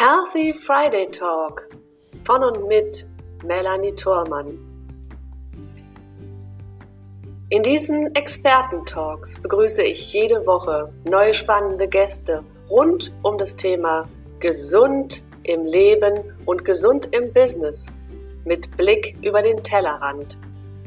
Healthy Friday Talk von und mit Melanie Thormann. In diesen Experten-Talks begrüße ich jede Woche neue spannende Gäste rund um das Thema Gesund im Leben und gesund im Business mit Blick über den Tellerrand.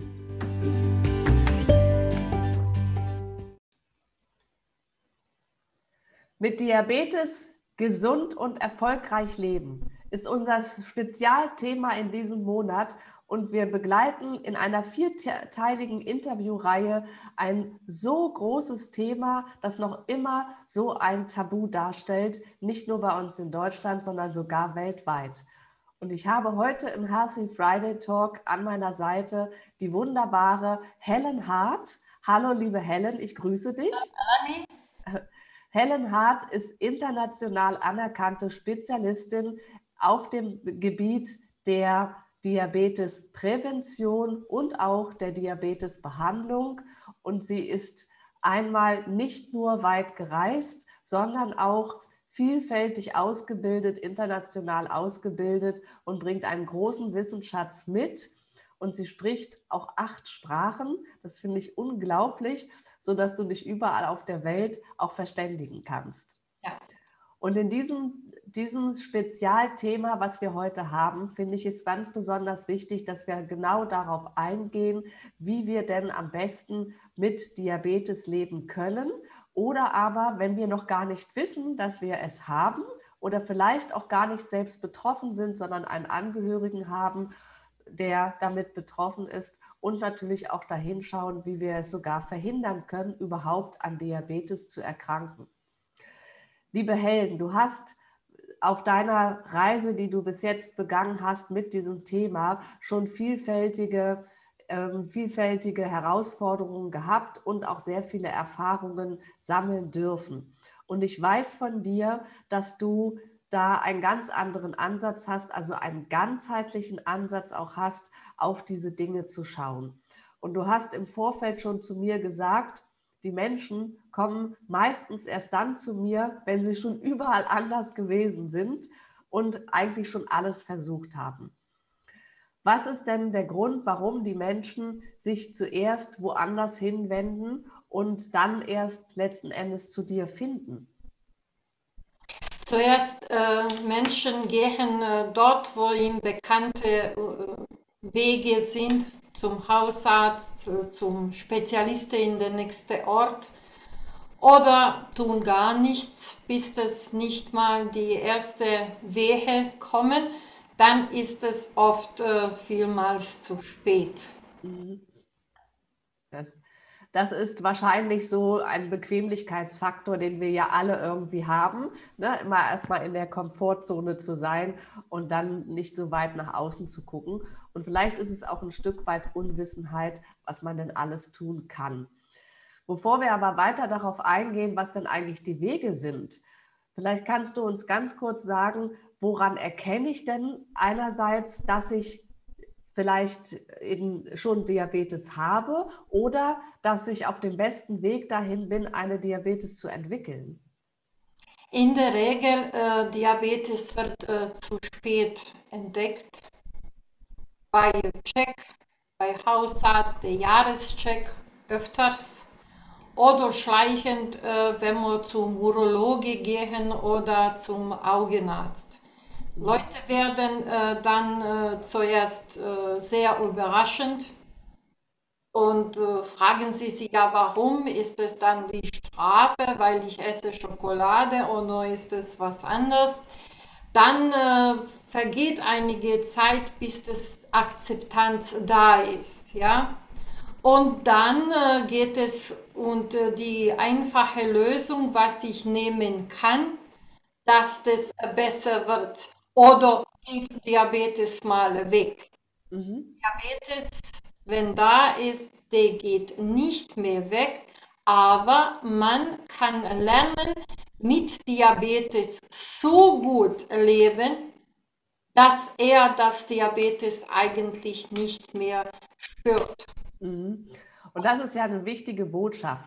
Mit Diabetes gesund und erfolgreich leben ist unser Spezialthema in diesem Monat und wir begleiten in einer vierteiligen Interviewreihe ein so großes Thema, das noch immer so ein Tabu darstellt, nicht nur bei uns in Deutschland, sondern sogar weltweit. Und ich habe heute im Healthy Friday Talk an meiner Seite die wunderbare Helen Hart. Hallo liebe Helen, ich grüße dich. Melanie. Helen Hart ist international anerkannte Spezialistin auf dem Gebiet der Diabetesprävention und auch der Diabetesbehandlung. Und sie ist einmal nicht nur weit gereist, sondern auch vielfältig ausgebildet, international ausgebildet und bringt einen großen Wissensschatz mit. Und sie spricht auch 8 Sprachen. Das finde ich unglaublich, sodass du dich überall auf der Welt auch verständigen kannst. Ja. Und in diesem Spezialthema, was wir heute haben, finde ich es ganz besonders wichtig, dass wir genau darauf eingehen, wie wir denn am besten mit Diabetes leben können. Oder aber, wenn wir noch gar nicht wissen, dass wir es haben oder vielleicht auch gar nicht selbst betroffen sind, sondern einen Angehörigen haben, der damit betroffen ist, und natürlich auch dahin schauen, wie wir es sogar verhindern können, überhaupt an Diabetes zu erkranken. Liebe Helen, du hast auf deiner Reise, die du bis jetzt begangen hast mit diesem Thema, schon vielfältige Herausforderungen gehabt und auch sehr viele Erfahrungen sammeln dürfen. Und ich weiß von dir, dass du da einen ganz anderen Ansatz hast, also einen ganzheitlichen Ansatz auch hast, auf diese Dinge zu schauen. Und du hast im Vorfeld schon zu mir gesagt, die Menschen kommen meistens erst dann zu mir, wenn sie schon überall anders gewesen sind und eigentlich schon alles versucht haben. Was ist denn der Grund, warum die Menschen sich zuerst woanders hinwenden und dann erst letzten Endes zu dir finden? Zuerst Menschen gehen dort, wo ihnen bekannte Wege sind, zum Hausarzt, zum Spezialisten in den nächsten Ort, oder tun gar nichts, bis es nicht mal die erste Wehe kommen. Dann ist es oft vielmals zu spät. Das ist wahrscheinlich so ein Bequemlichkeitsfaktor, den wir ja alle irgendwie haben, ne? Immer erstmal in der Komfortzone zu sein und dann nicht so weit nach außen zu gucken. Und vielleicht ist es auch ein Stück weit Unwissenheit, was man denn alles tun kann. Bevor wir aber weiter darauf eingehen, was denn eigentlich die Wege sind, vielleicht kannst du uns ganz kurz sagen, woran erkenne ich denn einerseits, dass ich vielleicht schon Diabetes habe oder dass ich auf dem besten Weg dahin bin, eine Diabetes zu entwickeln? In der Regel, Diabetes wird zu spät entdeckt. Bei Check, bei Hausarzt, der Jahrescheck öfters. Oder schleichend, wenn wir zum Urologe gehen oder zum Augenarzt. Leute werden dann zuerst sehr überraschend und fragen sie sich ja, warum ist es dann die Strafe, weil ich esse Schokolade oder ist es was anderes? Dann vergeht einige Zeit, bis das Akzeptanz da ist, ja. Und dann geht es und die einfache Lösung, was ich nehmen kann, dass das besser wird. Oder geht Diabetes mal weg. Diabetes, wenn da ist, der geht nicht mehr weg, aber man kann lernen, mit Diabetes so gut leben, dass er das Diabetes eigentlich nicht mehr spürt. Und das ist ja eine wichtige Botschaft.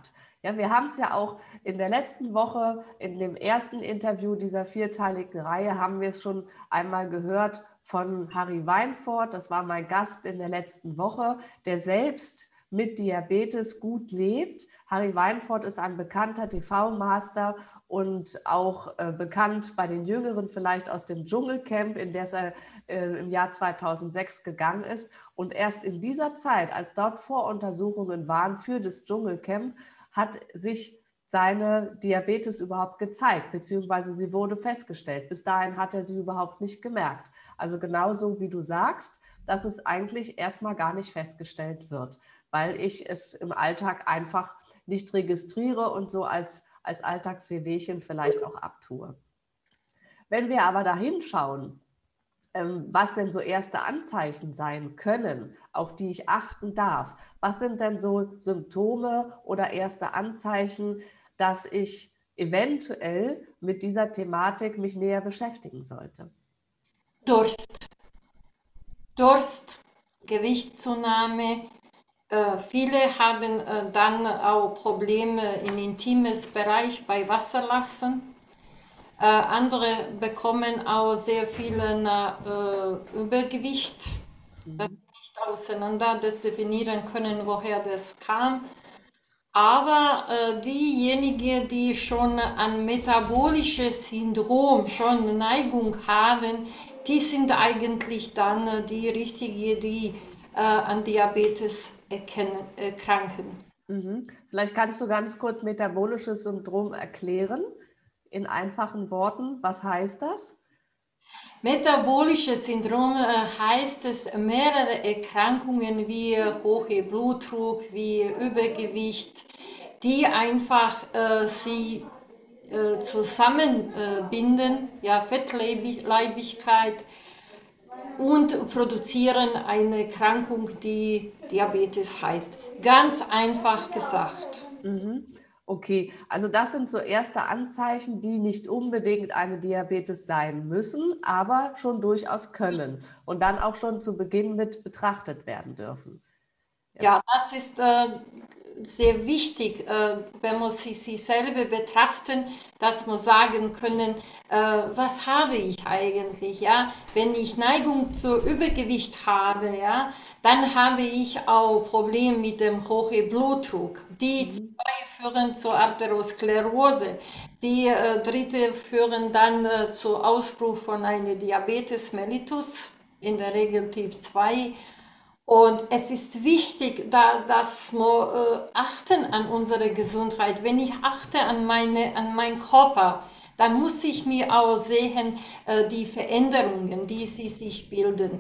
Ja, wir haben es ja auch in der letzten Woche, in dem ersten Interview dieser vierteiligen Reihe, haben wir es schon einmal gehört von Harry Weinfurt. Das war mein Gast in der letzten Woche, der selbst mit Diabetes gut lebt. Harry Weinfurt ist ein bekannter TV-Master und auch bekannt bei den Jüngeren vielleicht aus dem Dschungelcamp, in das er im Jahr 2006 gegangen ist. Und erst in dieser Zeit, als dort Voruntersuchungen waren für das Dschungelcamp, hat sich seine Diabetes überhaupt gezeigt, beziehungsweise sie wurde festgestellt. Bis dahin hat er sie überhaupt nicht gemerkt. Also genauso wie du sagst, dass es eigentlich erstmal gar nicht festgestellt wird, weil ich es im Alltag einfach nicht registriere und so als Alltagswehwehchen vielleicht auch abtue. Wenn wir aber da hinschauen, was denn so erste Anzeichen sein können, auf die ich achten darf. Was sind denn so Symptome oder erste Anzeichen, dass ich eventuell mit dieser Thematik mich näher beschäftigen sollte? Durst, Gewichtszunahme. Viele haben dann auch Probleme im intimes Bereich bei Wasserlassen. Andere bekommen auch sehr viel Übergewicht, das nicht auseinander das definieren können, woher das kam. Aber diejenigen, die schon ein metabolisches Syndrom, schon eine Neigung haben, die sind eigentlich dann die richtigen, die an Diabetes erkranken. Vielleicht kannst du ganz kurz metabolisches Syndrom erklären, in einfachen Worten. Was heißt das? Metabolisches Syndrom heißt es mehrere Erkrankungen wie hoher Blutdruck, wie Übergewicht, die einfach sie zusammenbinden, ja, Fettleibigkeit und produzieren eine Erkrankung, die Diabetes heißt. Ganz einfach gesagt. Okay, also das sind so erste Anzeichen, die nicht unbedingt eine Diabetes sein müssen, aber schon durchaus können und dann auch schon zu Beginn mit betrachtet werden dürfen. Ja, das ist sehr wichtig, wenn man sich selber betrachten, dass man sagen können, was habe ich eigentlich, ja? Wenn ich Neigung zu Übergewicht habe, ja, dann habe ich auch Probleme mit dem hohen Blutdruck. Die zwei führen zur Arteriosklerose. Die dritte führen dann zu Ausbruch von einer Diabetes mellitus, in der Regel Typ 2. Und es ist wichtig, dass wir achten an unsere Gesundheit. Wenn ich achte an meinen Körper, dann muss ich mir auch sehen, die Veränderungen, die sie sich bilden.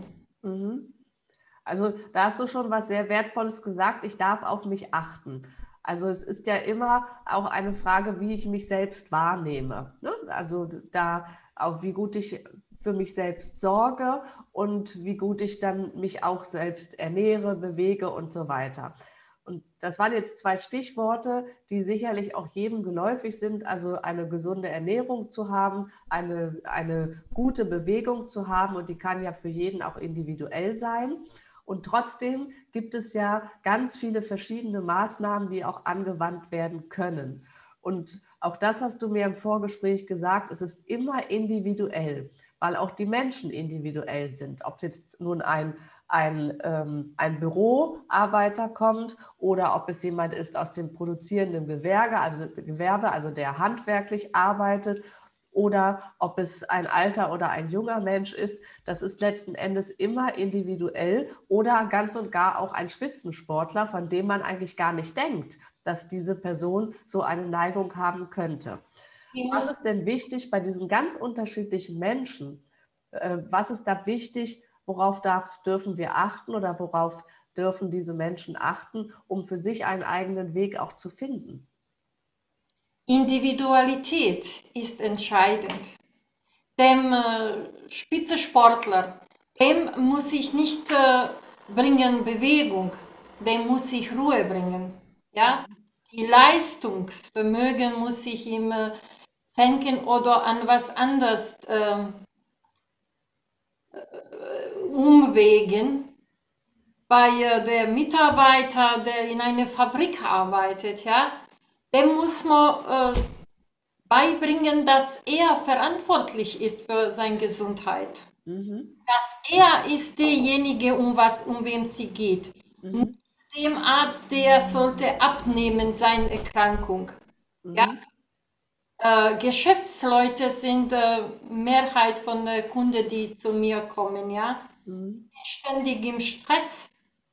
Also da hast du schon was sehr Wertvolles gesagt. Ich darf auf mich achten. Also es ist ja immer auch eine Frage, wie ich mich selbst wahrnehme. Ne? Also da auch, wie gut ich für mich selbst sorge und wie gut ich dann mich auch selbst ernähre, bewege und so weiter. Und das waren jetzt zwei Stichworte, die sicherlich auch jedem geläufig sind. Also eine gesunde Ernährung zu haben, eine gute Bewegung zu haben, und die kann ja für jeden auch individuell sein. Und trotzdem gibt es ja ganz viele verschiedene Maßnahmen, die auch angewandt werden können. Und auch das hast du mir im Vorgespräch gesagt, es ist immer individuell, weil auch die Menschen individuell sind. Ob jetzt nun ein Büroarbeiter kommt oder ob es jemand ist aus dem produzierenden Gewerbe, also der handwerklich arbeitet, oder ob es ein alter oder ein junger Mensch ist, das ist letzten Endes immer individuell, oder ganz und gar auch ein Spitzensportler, von dem man eigentlich gar nicht denkt, dass diese Person so eine Neigung haben könnte. Was ist denn wichtig bei diesen ganz unterschiedlichen Menschen? Was ist da wichtig? Worauf dürfen wir achten oder worauf dürfen diese Menschen achten, um für sich einen eigenen Weg auch zu finden? Individualität ist entscheidend. Dem Spitzensportler, dem muss ich nicht bringen Bewegung, dem muss ich Ruhe bringen. Ja? Die Leistungsvermögen muss ich ihm denken oder an was anderes umwegen. Bei der Mitarbeiter, der in einer Fabrik arbeitet, ja, dem muss man beibringen, dass er verantwortlich ist für seine Gesundheit. Mhm. Dass er ist derjenige, um wen sie geht. Mhm. Dem Arzt, der sollte abnehmen, seine Erkrankung. Ja? Mhm. Geschäftsleute sind Mehrheit von Kunden, die zu mir kommen, ja. Mhm. Ständig im Stress.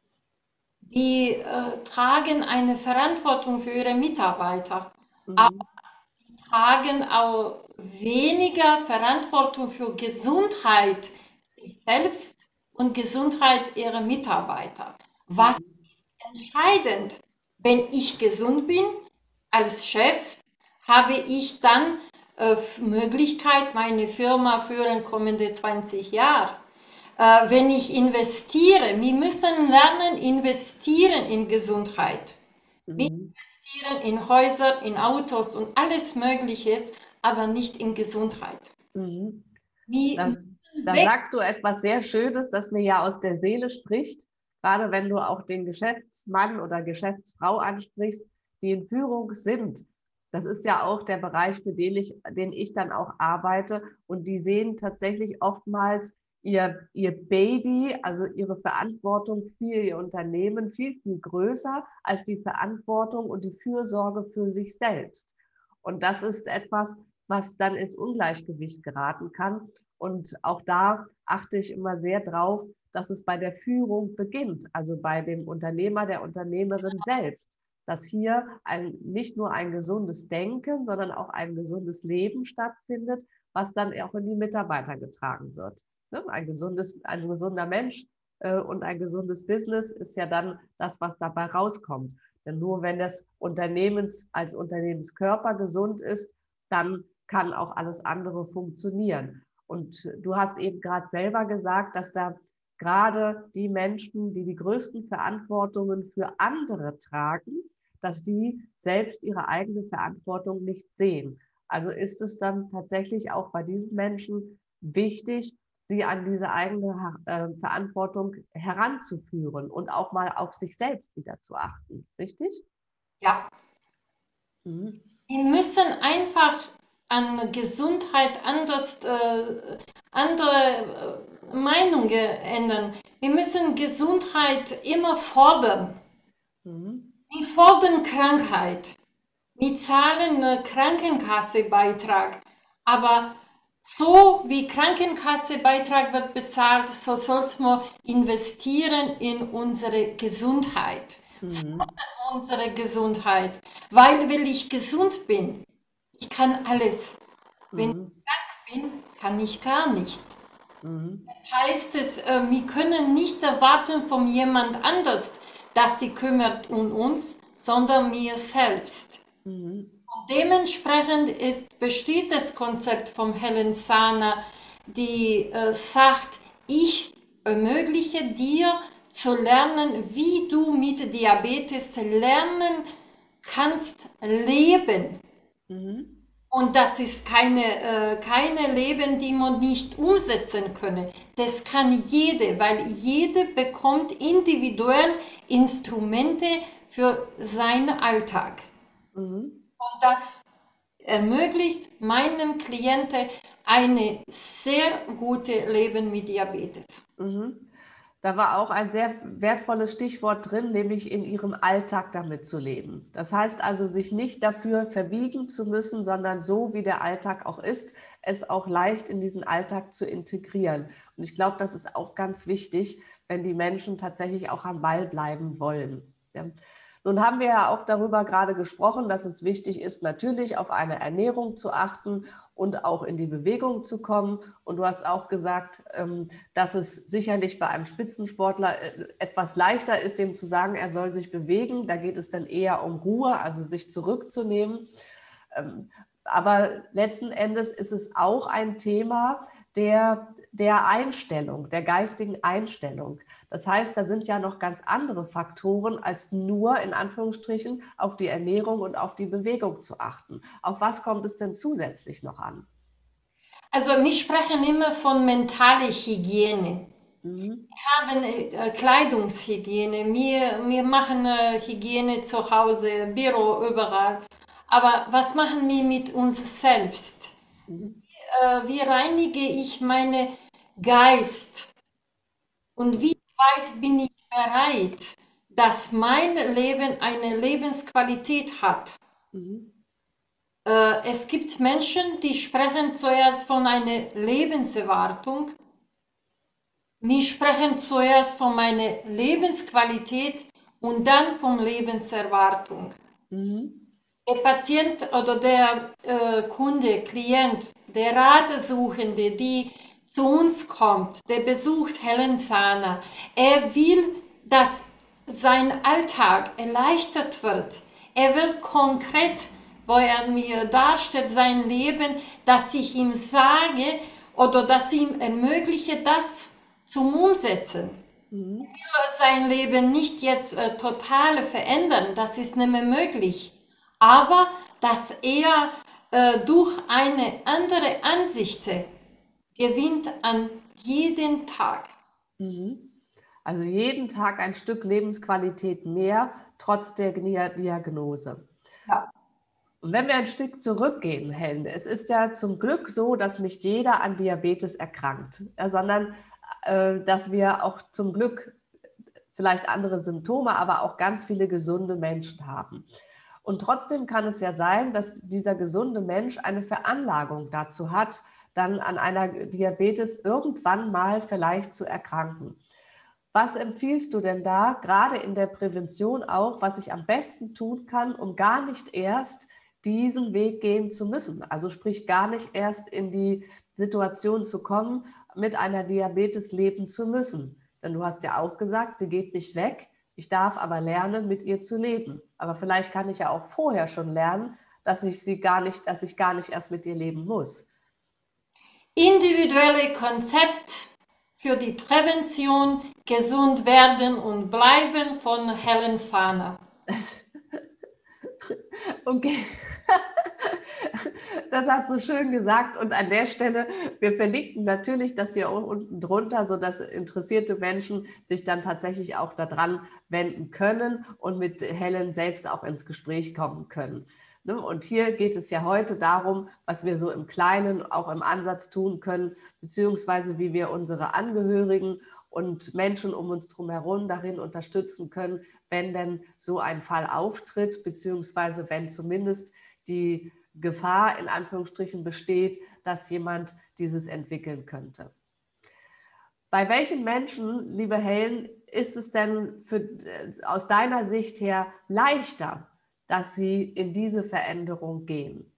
Die tragen eine Verantwortung für ihre Mitarbeiter, aber Mhm. tragen auch weniger Verantwortung für Gesundheit sich selbst und Gesundheit ihrer Mitarbeiter. Was Mhm. entscheidend? Wenn ich gesund bin als Chef, habe ich dann Möglichkeit, meine Firma führen kommende 20 Jahre. Wenn ich investiere, wir müssen lernen, investieren in Gesundheit. Wir Mhm. investieren in Häuser, in Autos und alles Mögliche, aber nicht in Gesundheit. Mhm. Wir Das, müssen da weg. sagst du etwas sehr Schönes, das mir ja aus der Seele spricht, gerade wenn du auch den Geschäftsmann oder Geschäftsfrau ansprichst, die in Führung sind. Das ist ja auch der Bereich, für den ich dann auch arbeite. Und die sehen tatsächlich oftmals ihr Baby, also ihre Verantwortung für ihr Unternehmen viel, viel größer als die Verantwortung und die Fürsorge für sich selbst. Und das ist etwas, was dann ins Ungleichgewicht geraten kann. Und auch da achte ich immer sehr drauf, dass es bei der Führung beginnt, also bei dem Unternehmer, der Unternehmerin selbst, dass hier nicht nur ein gesundes Denken, sondern auch ein gesundes Leben stattfindet, was dann auch in die Mitarbeiter getragen wird. Ne? Ein gesunder Mensch und ein gesundes Business ist ja dann das, was dabei rauskommt. Denn nur wenn das als Unternehmenskörper gesund ist, dann kann auch alles andere funktionieren. Und du hast eben gerade selber gesagt, dass da gerade die Menschen, die die größten Verantwortungen für andere tragen, dass die selbst ihre eigene Verantwortung nicht sehen. Also ist es dann tatsächlich auch bei diesen Menschen wichtig, sie an diese eigene Verantwortung heranzuführen und auch mal auf sich selbst wieder zu achten. Richtig? Ja, Mhm. wir müssen einfach an Gesundheit andere Meinungen ändern. Wir müssen Gesundheit immer fordern. Mhm. Wir fordern Krankheit. Wir zahlen Krankenkassebeitrag. Aber so wie Krankenkassebeitrag wird bezahlt, so sollte man investieren in unsere Gesundheit. Mhm. Unsere Gesundheit. Weil ich gesund bin, ich kann alles. Wenn ich Mhm. krank bin, kann ich gar nichts. Mhm. Das heißt wir können nicht erwarten von jemand anders, dass sie kümmert um uns, sondern mir selbst. Mhm. Und dementsprechend besteht das Konzept von Helen Sana, die sagt, ich ermögliche dir zu lernen, wie du mit Diabetes lernen kannst leben. Mhm. Und das ist keine Leben, die man nicht umsetzen könne. Das kann jede, weil jede bekommt individuell Instrumente für seinen Alltag. Mhm. Und das ermöglicht meinem Klienten eine sehr gute Leben mit Diabetes. Mhm. Da war auch ein sehr wertvolles Stichwort drin, nämlich in ihrem Alltag damit zu leben. Das heißt also, sich nicht dafür verbiegen zu müssen, sondern so, wie der Alltag auch ist, es auch leicht in diesen Alltag zu integrieren. Und ich glaube, das ist auch ganz wichtig, wenn die Menschen tatsächlich auch am Ball bleiben wollen. Ja. Nun haben wir ja auch darüber gerade gesprochen, dass es wichtig ist, natürlich auf eine Ernährung zu achten und auch in die Bewegung zu kommen. Und du hast auch gesagt, dass es sicherlich bei einem Spitzensportler etwas leichter ist, dem zu sagen, er soll sich bewegen. Da geht es dann eher um Ruhe, also sich zurückzunehmen. Aber letzten Endes ist es auch ein Thema der Einstellung, der geistigen Einstellung. Das heißt, da sind ja noch ganz andere Faktoren, als nur in Anführungsstrichen auf die Ernährung und auf die Bewegung zu achten. Auf was kommt es denn zusätzlich noch an? Also wir sprechen immer von mentaler Hygiene. Mhm. Wir haben Kleidungshygiene, wir machen Hygiene zu Hause, Büro, überall. Aber was machen wir mit uns selbst? Mhm. Wie reinige ich meinen Geist? Und wie weit bin ich bereit, dass mein Leben eine Lebensqualität hat? Mhm. Es gibt Menschen, die sprechen zuerst von einer Lebenserwartung. Wir sprechen zuerst von meiner Lebensqualität und dann von Lebenserwartung. Mhm. Der Patient oder der Kunde, Klient, der Ratsuchende, die zu uns kommt, der besucht Helen Sana, er will, dass sein Alltag erleichtert wird. Er will konkret, wo er mir darstellt, sein Leben, dass ich ihm sage oder dass ich ihm ermögliche, das zum Umsetzen. Mhm. Sein Leben nicht jetzt total verändern, das ist nicht mehr möglich. Aber dass er durch eine andere Ansicht gewinnt an jeden Tag. Mhm. Also jeden Tag ein Stück Lebensqualität mehr, trotz der Diagnose. Ja. Und wenn wir ein Stück zurückgehen, Helen, es ist ja zum Glück so, dass nicht jeder an Diabetes erkrankt, sondern dass wir auch zum Glück vielleicht andere Symptome, aber auch ganz viele gesunde Menschen haben. Und trotzdem kann es ja sein, dass dieser gesunde Mensch eine Veranlagung dazu hat, dann an einer Diabetes irgendwann mal vielleicht zu erkranken. Was empfiehlst du denn da, gerade in der Prävention auch, was ich am besten tun kann, um gar nicht erst diesen Weg gehen zu müssen? Also sprich, gar nicht erst in die Situation zu kommen, mit einer Diabetes leben zu müssen. Denn du hast ja auch gesagt, sie geht nicht weg. Ich darf aber lernen, mit ihr zu leben. Aber vielleicht kann ich ja auch vorher schon lernen, dass ich gar nicht erst mit ihr leben muss. Individuelle Konzept für die Prävention, gesund werden und bleiben von Helen Sana. Okay, das hast du schön gesagt. Und an der Stelle, wir verlinken natürlich das hier unten drunter, sodass interessierte Menschen sich dann tatsächlich auch daran wenden können und mit Helen selbst auch ins Gespräch kommen können. Und hier geht es ja heute darum, was wir so im Kleinen auch im Ansatz tun können, beziehungsweise wie wir unsere Angehörigen und Menschen um uns herum darin unterstützen können, wenn denn so ein Fall auftritt, beziehungsweise wenn zumindest die Gefahr in Anführungsstrichen besteht, dass jemand dieses entwickeln könnte. Bei welchen Menschen, liebe Helen, ist es denn aus deiner Sicht her leichter, dass sie in diese Veränderung gehen?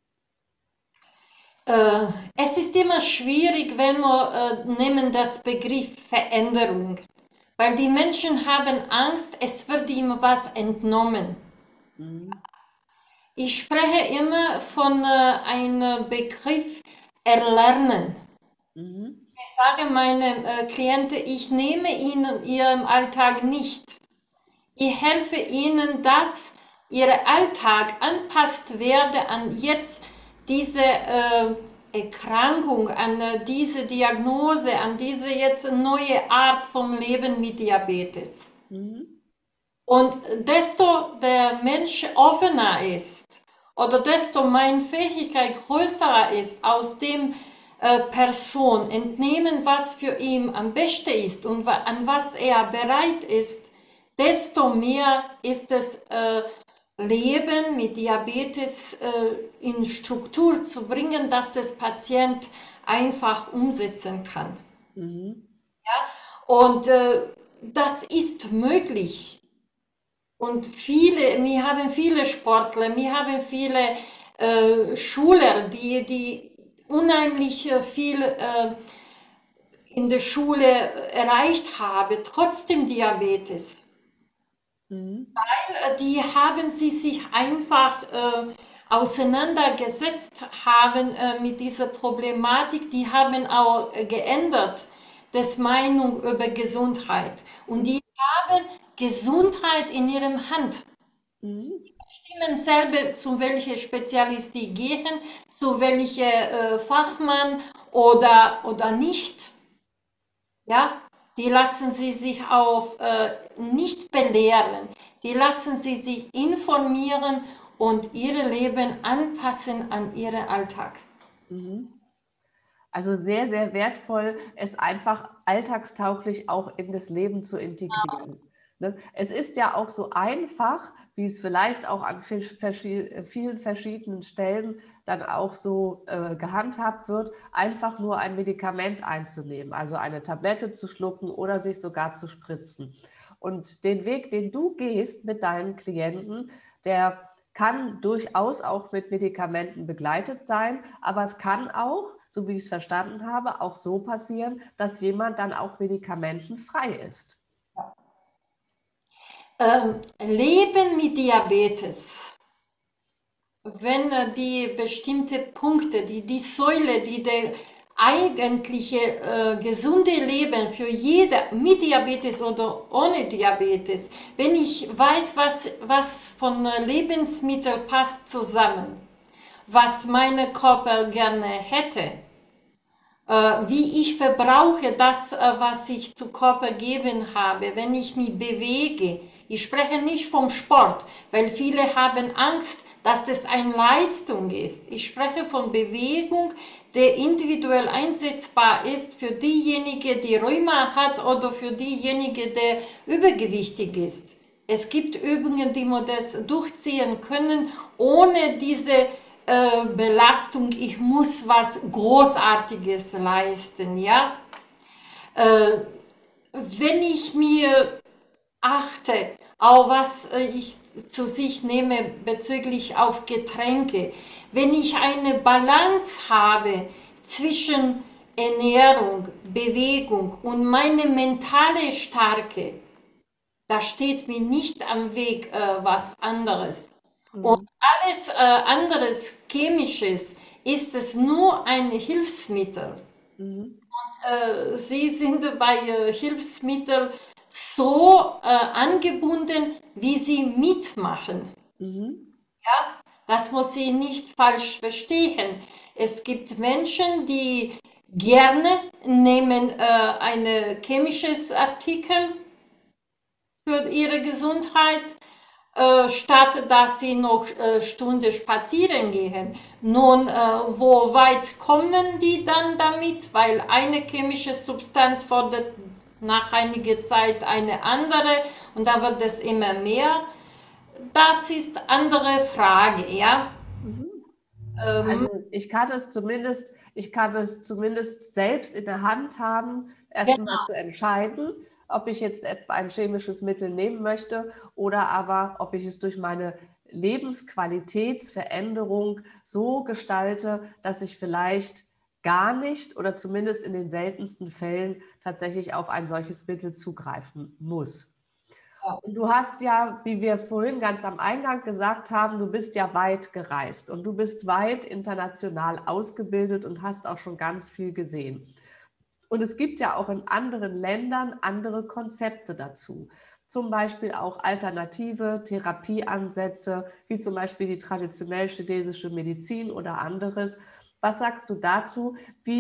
Es ist immer schwierig, wenn wir nehmen das Begriff Veränderung, weil die Menschen haben Angst, es wird ihm was entnommen. Mhm. Ich spreche immer von einem Begriff Erlernen. Mhm. Ich sage meinen Klienten, ich nehme ihnen ihren Alltag nicht. Ich helfe ihnen, dass ihr Alltag anpasst werde an jetzt diese Erkrankung, an diese Diagnose, an diese jetzt neue Art vom Leben mit Diabetes. Mhm. Und desto der Mensch offener ist oder desto meine Fähigkeit größer ist, aus dem Person entnehmen, was für ihn am besten ist und an was er bereit ist, desto mehr ist das Leben mit Diabetes in Struktur zu bringen, dass das Patient einfach umsetzen kann. Mhm. Und das ist möglich. Und wir haben viele Sportler, wir haben viele Schüler, die unheimlich viel in der Schule erreicht haben, trotzdem Diabetes. Mhm. Die haben sie sich einfach auseinandergesetzt haben mit dieser Problematik, die haben auch geändert, das Meinung über Gesundheit. Und die haben Gesundheit in ihrem Hand. Mhm. Bestimmen selber, zu welcher Spezialist die gehen, zu welcher Fachmann oder nicht. Ja, die lassen sie sich auch nicht belehren, die lassen sie sich informieren und ihr Leben anpassen an ihren Alltag. Also sehr, sehr wertvoll, es einfach alltagstauglich auch in das Leben zu integrieren. Ne? Es ist ja auch so einfach, wie es vielleicht auch an vielen verschiedenen Stellen dann auch so gehandhabt wird, einfach nur ein Medikament einzunehmen, also eine Tablette zu schlucken oder sich sogar zu spritzen. Und den Weg, den du gehst mit deinen Klienten, der kann durchaus auch mit Medikamenten begleitet sein, aber es kann auch, so wie ich es verstanden habe, auch so passieren, dass jemand dann auch medikamentenfrei ist. Leben mit Diabetes, wenn die bestimmte Punkte, die Säule, die der eigentliche gesunde Leben für jeder mit Diabetes oder ohne Diabetes, wenn ich weiß, was von Lebensmitteln passt zusammen, was mein Körper gerne hätte, wie ich verbrauche das, was ich zu Körper gegeben habe, wenn ich mich bewege. Ich spreche nicht vom Sport, weil viele haben Angst, dass das eine Leistung ist. Ich spreche von Bewegung, der individuell einsetzbar ist für diejenige, die Rheuma hat oder für diejenige, der übergewichtig ist. Es gibt Übungen, die man das durchziehen können, ohne diese Belastung, ich muss was Großartiges leisten, ja. Wenn ich mir achte, auf was ich zu sich nehme bezüglich auf Getränke, wenn ich eine Balance habe zwischen Ernährung, Bewegung und meine mentale Stärke, da steht mir nicht am Weg was anderes. Und alles anderes Chemisches ist es nur ein Hilfsmittel. Sie sind bei Hilfsmitteln so angebunden, wie sie mitmachen. Ja, das muss sie nicht falsch verstehen. Es gibt Menschen, die gerne nehmen ein chemisches Artikel für ihre Gesundheit, statt dass sie noch Stunde spazieren gehen. Nun, wo weit kommen die dann damit? Weil eine chemische Substanz fordert nach einiger Zeit eine andere und dann wird es immer mehr. Das ist andere Frage, ja. Also ich kann es zumindest selbst in der Hand haben, erst einmal zu entscheiden, ob ich jetzt etwa ein chemisches Mittel nehmen möchte oder aber ob ich es durch meine Lebensqualitätsveränderung so gestalte, dass ich vielleicht gar nicht oder zumindest in den seltensten Fällen tatsächlich auf ein solches Mittel zugreifen muss. Und du hast ja, wie wir vorhin ganz am Eingang gesagt haben, du bist ja weit gereist und du bist weit international ausgebildet und hast auch schon ganz viel gesehen. Und es gibt ja auch in anderen Ländern andere Konzepte dazu. Zum Beispiel auch alternative Therapieansätze, wie zum Beispiel die traditionell chinesische Medizin oder anderes. Was sagst du dazu?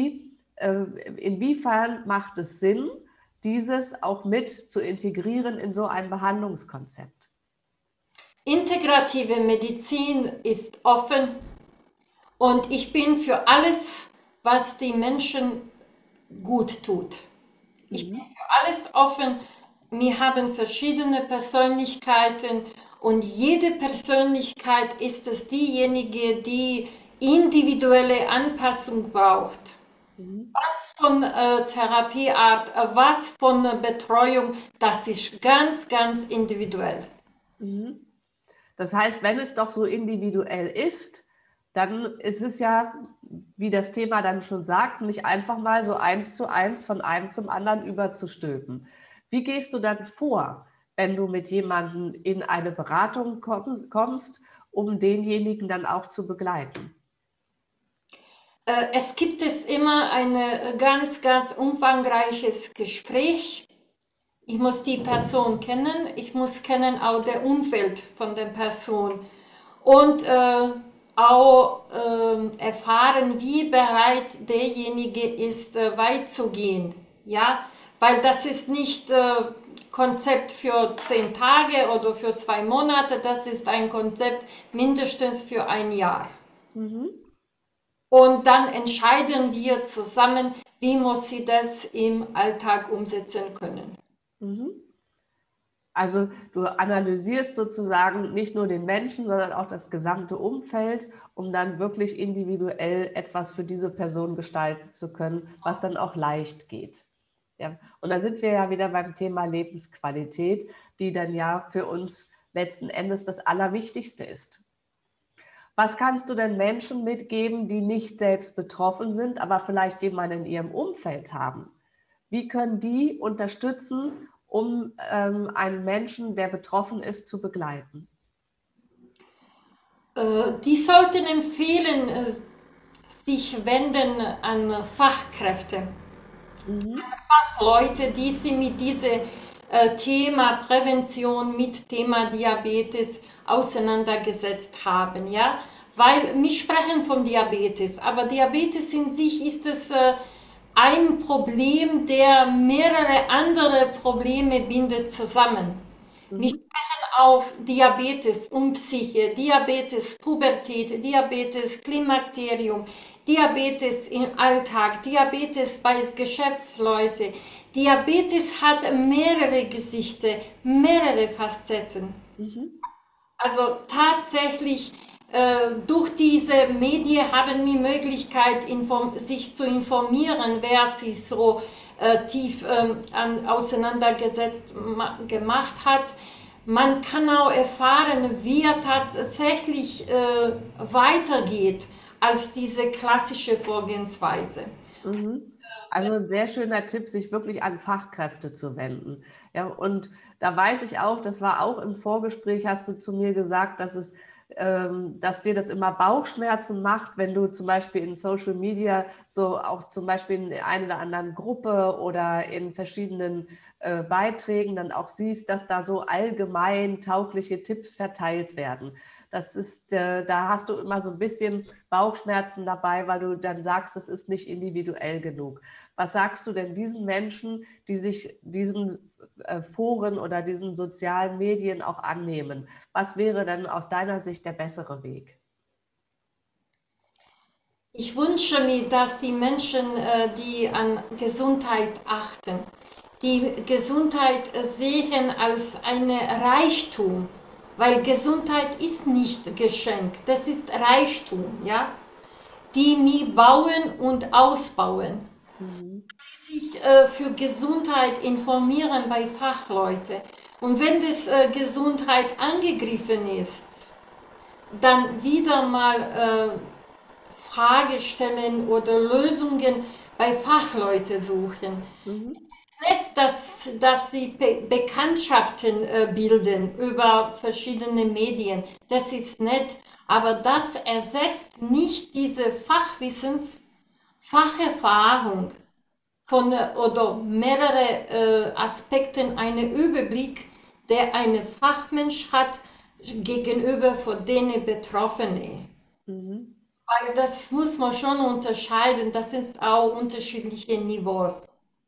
Inwiefern macht es Sinn, dieses auch mit zu integrieren in so ein Behandlungskonzept? Integrative Medizin ist offen und ich bin für alles, was die Menschen gut tut. Ich bin für alles offen. Wir haben verschiedene Persönlichkeiten und jede Persönlichkeit ist es diejenige, die individuelle Anpassung braucht. Was von Therapieart, was von Betreuung, das ist ganz, ganz individuell. Das heißt, wenn es doch so individuell ist, dann ist es ja, wie das Thema dann schon sagt, nicht einfach mal so 1:1 von einem zum anderen überzustülpen. Wie gehst du dann vor, wenn du mit jemandem in eine Beratung kommst, um denjenigen dann auch zu begleiten? Es gibt immer ein ganz, ganz umfangreiches Gespräch. Ich muss die Person kennen, ich muss kennen auch das Umfeld von der Person und auch erfahren, wie bereit derjenige ist, weit zu gehen. Ja? Weil das ist nicht Konzept für 10 Tage oder für 2 Monate, das ist ein Konzept mindestens für ein Jahr. Und dann entscheiden wir zusammen, wie muss sie das im Alltag umsetzen können. Also du analysierst sozusagen nicht nur den Menschen, sondern auch das gesamte Umfeld, um dann wirklich individuell etwas für diese Person gestalten zu können, was dann auch leicht geht. Ja. Und da sind wir ja wieder beim Thema Lebensqualität, die dann ja für uns letzten Endes das Allerwichtigste ist. Was kannst du denn Menschen mitgeben, die nicht selbst betroffen sind, aber vielleicht jemanden in ihrem Umfeld haben? Wie können die unterstützen, um einen Menschen, der betroffen ist, zu begleiten? Die sollten empfehlen, sich wenden an Fachkräfte, Fachleute, die sich mit diesem Thema Prävention, mit Thema Diabetes auseinandergesetzt haben, ja, weil wir sprechen von Diabetes, aber Diabetes in sich ist es ein Problem, der mehrere andere Probleme bindet zusammen. Wir sprechen auf Diabetes und Psyche, Diabetes, Pubertät, Diabetes, Klimakterium, Diabetes im Alltag, Diabetes bei Geschäftsleuten. Diabetes hat mehrere Gesichter, mehrere Facetten. Also tatsächlich durch diese Medien haben wir Möglichkeit, sich zu informieren, wer sich so tief auseinandergesetzt gemacht hat. Man kann auch erfahren, wie er tatsächlich weitergeht als diese klassische Vorgehensweise. Also ein sehr schöner Tipp, sich wirklich an Fachkräfte zu wenden. Ja, und da weiß ich auch, das war auch im Vorgespräch, hast du zu mir gesagt, dass dir das immer Bauchschmerzen macht, wenn du zum Beispiel in Social Media so auch zum Beispiel in einer oder anderen Gruppe oder in verschiedenen Beiträgen dann auch siehst, dass da so allgemein taugliche Tipps verteilt werden. Das ist, da hast du immer so ein bisschen Bauchschmerzen dabei, weil du dann sagst, es ist nicht individuell genug. Was sagst du denn diesen Menschen, die sich diesen Foren oder diesen sozialen Medien auch annehmen? Was wäre denn aus deiner Sicht der bessere Weg? Ich wünsche mir, dass die Menschen, die an Gesundheit achten, die Gesundheit sehen als ein Reichtum, weil Gesundheit ist nicht Geschenk, das ist Reichtum, ja, die wir bauen und ausbauen. Die sich für Gesundheit informieren bei Fachleuten. Und wenn das Gesundheit angegriffen ist, dann wieder mal Frage stellen oder Lösungen bei Fachleuten suchen. Nicht, dass sie Bekanntschaften bilden über verschiedene Medien. Das ist nett, aber das ersetzt nicht diese Facherfahrung von oder mehrere Aspekten, einen Überblick, der ein Fachmensch hat gegenüber von denen Betroffenen. Weil das muss man schon unterscheiden, das sind auch unterschiedliche Niveaus.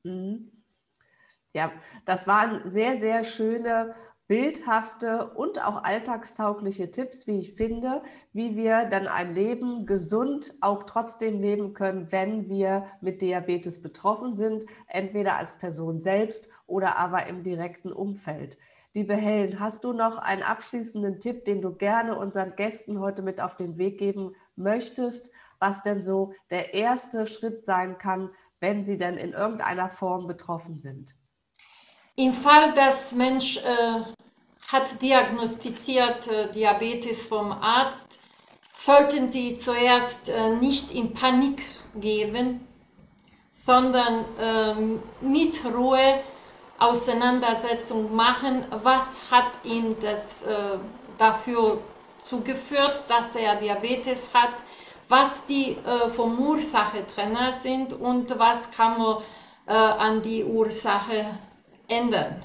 Ja, das waren sehr, sehr schöne, bildhafte und auch alltagstaugliche Tipps, wie ich finde, wie wir dann ein Leben gesund auch trotzdem leben können, wenn wir mit Diabetes betroffen sind, entweder als Person selbst oder aber im direkten Umfeld. Liebe Helen, hast du noch einen abschließenden Tipp, den du gerne unseren Gästen heute mit auf den Weg geben möchtest, was denn so der erste Schritt sein kann, wenn sie denn in irgendeiner Form betroffen sind? Im Fall, dass Mensch hat diagnostiziert Diabetes vom Arzt, sollten Sie zuerst nicht in Panik geben, sondern mit Ruhe Auseinandersetzung machen, was hat ihm das dafür zugeführt, dass er Diabetes hat, was die vom Ursache-Trenner sind und was kann man an die Ursache ändern.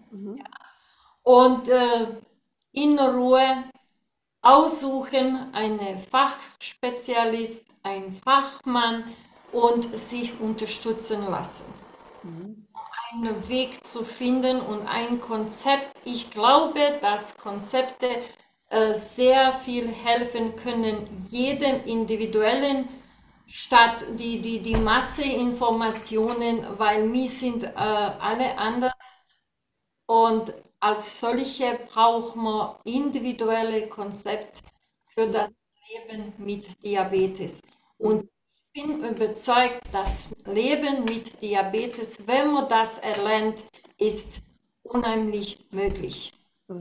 Und in Ruhe aussuchen, einen Fachspezialist, einen Fachmann und sich unterstützen lassen. einen Weg zu finden und ein Konzept. Ich glaube, dass Konzepte sehr viel helfen können, jedem Individuellen, statt die Masseinformationen, weil wir sind alle anders und als solche braucht man individuelle Konzepte für das Leben mit Diabetes. Und ich bin überzeugt, das Leben mit Diabetes, wenn man das erlernt, ist unheimlich möglich.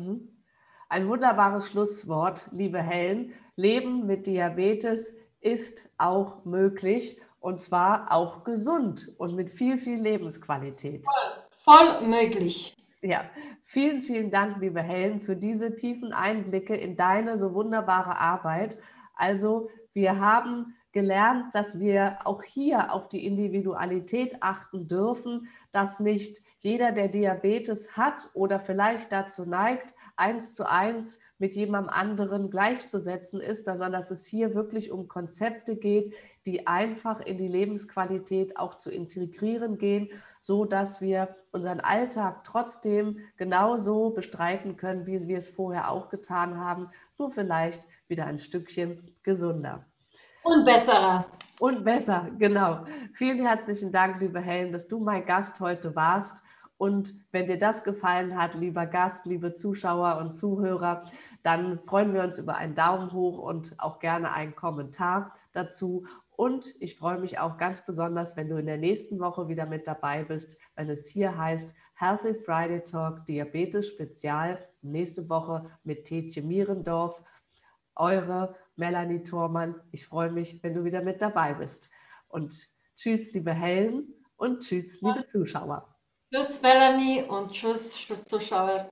Ein wunderbares Schlusswort, liebe Helen. Leben mit Diabetes ist auch möglich und zwar auch gesund und mit viel, viel Lebensqualität. Voll möglich. Ja, vielen, vielen Dank, liebe Helen, für diese tiefen Einblicke in deine so wunderbare Arbeit. Also, wir haben gelernt, dass wir auch hier auf die Individualität achten dürfen, dass nicht jeder, der Diabetes hat oder vielleicht dazu neigt, 1:1 mit jemandem anderen gleichzusetzen ist, sondern dass es hier wirklich um Konzepte geht, die einfach in die Lebensqualität auch zu integrieren gehen, so dass wir unseren Alltag trotzdem genauso bestreiten können, wie wir es vorher auch getan haben, nur vielleicht wieder ein Stückchen gesunder. Und besserer. Und besser, genau. Vielen herzlichen Dank, liebe Helen, dass du mein Gast heute warst. Und wenn dir das gefallen hat, lieber Gast, liebe Zuschauer und Zuhörer, dann freuen wir uns über einen Daumen hoch und auch gerne einen Kommentar dazu. Und ich freue mich auch ganz besonders, wenn du in der nächsten Woche wieder mit dabei bist, wenn es hier heißt Healthy Friday Talk Diabetes Spezial. Nächste Woche mit Tietje Mierendorf. Eure Melanie Thormann. Ich freue mich, wenn du wieder mit dabei bist. Und tschüss, liebe Helen, und tschüss, liebe Zuschauer. Tschüss, Melanie, und tschüss, Zuschauer.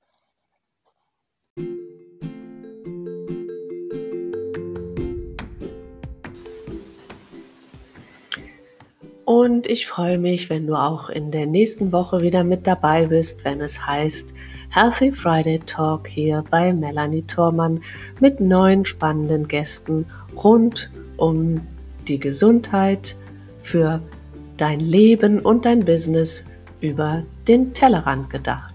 Und ich freue mich, wenn du auch in der nächsten Woche wieder mit dabei bist, wenn es heißt Healthy Friday Talk hier bei Melanie Thormann mit neuen spannenden Gästen rund um die Gesundheit für dein Leben und dein Business über den Tellerrand gedacht.